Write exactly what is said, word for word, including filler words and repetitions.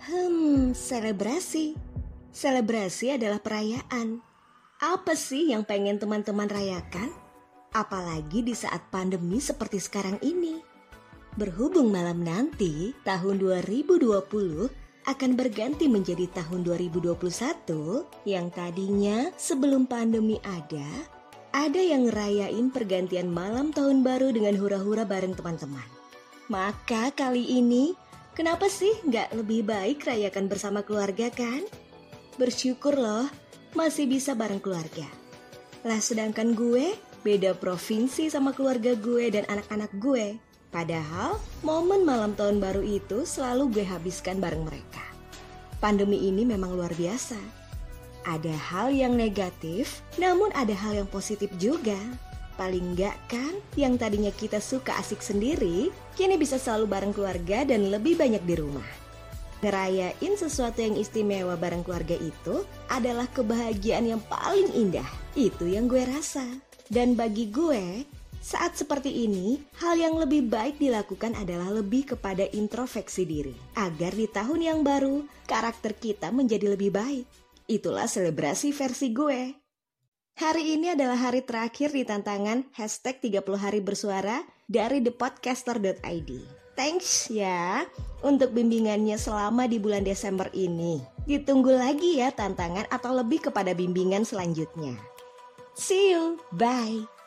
Hmm, selebrasi. Selebrasi adalah perayaan. Apa sih yang pengen teman-teman rayakan? Apalagi di saat pandemi seperti sekarang ini. Berhubung malam nanti, tahun dua ribu dua puluh akan berganti menjadi tahun dua ribu dua puluh satu, yang tadinya sebelum pandemi ada, ada yang ngerayain pergantian malam tahun baru dengan hura-hura bareng teman-teman. Maka kali ini, kenapa sih nggak lebih baik rayakan bersama keluarga kan? Bersyukur loh, masih bisa bareng keluarga. Lah sedangkan gue, beda provinsi sama keluarga gue dan anak-anak gue. Padahal, momen malam tahun baru itu selalu gue habiskan bareng mereka. Pandemi ini memang luar biasa. Ada hal yang negatif, namun ada hal yang positif juga. Paling enggak kan, yang tadinya kita suka asik sendiri, kini bisa selalu bareng keluarga dan lebih banyak di rumah. Ngerayain sesuatu yang istimewa bareng keluarga itu adalah kebahagiaan yang paling indah. Itu yang gue rasa. Dan bagi gue, saat seperti ini, hal yang lebih baik dilakukan adalah lebih kepada introspeksi diri. Agar di tahun yang baru, karakter kita menjadi lebih baik. Itulah selebrasi versi gue. Hari ini adalah hari terakhir di tantangan hashtag tiga puluh hari bersuara dari the podcaster dot i d. Thanks ya untuk bimbingannya selama di bulan Desember ini. Ditunggu lagi ya tantangan atau lebih kepada bimbingan selanjutnya. See you, bye.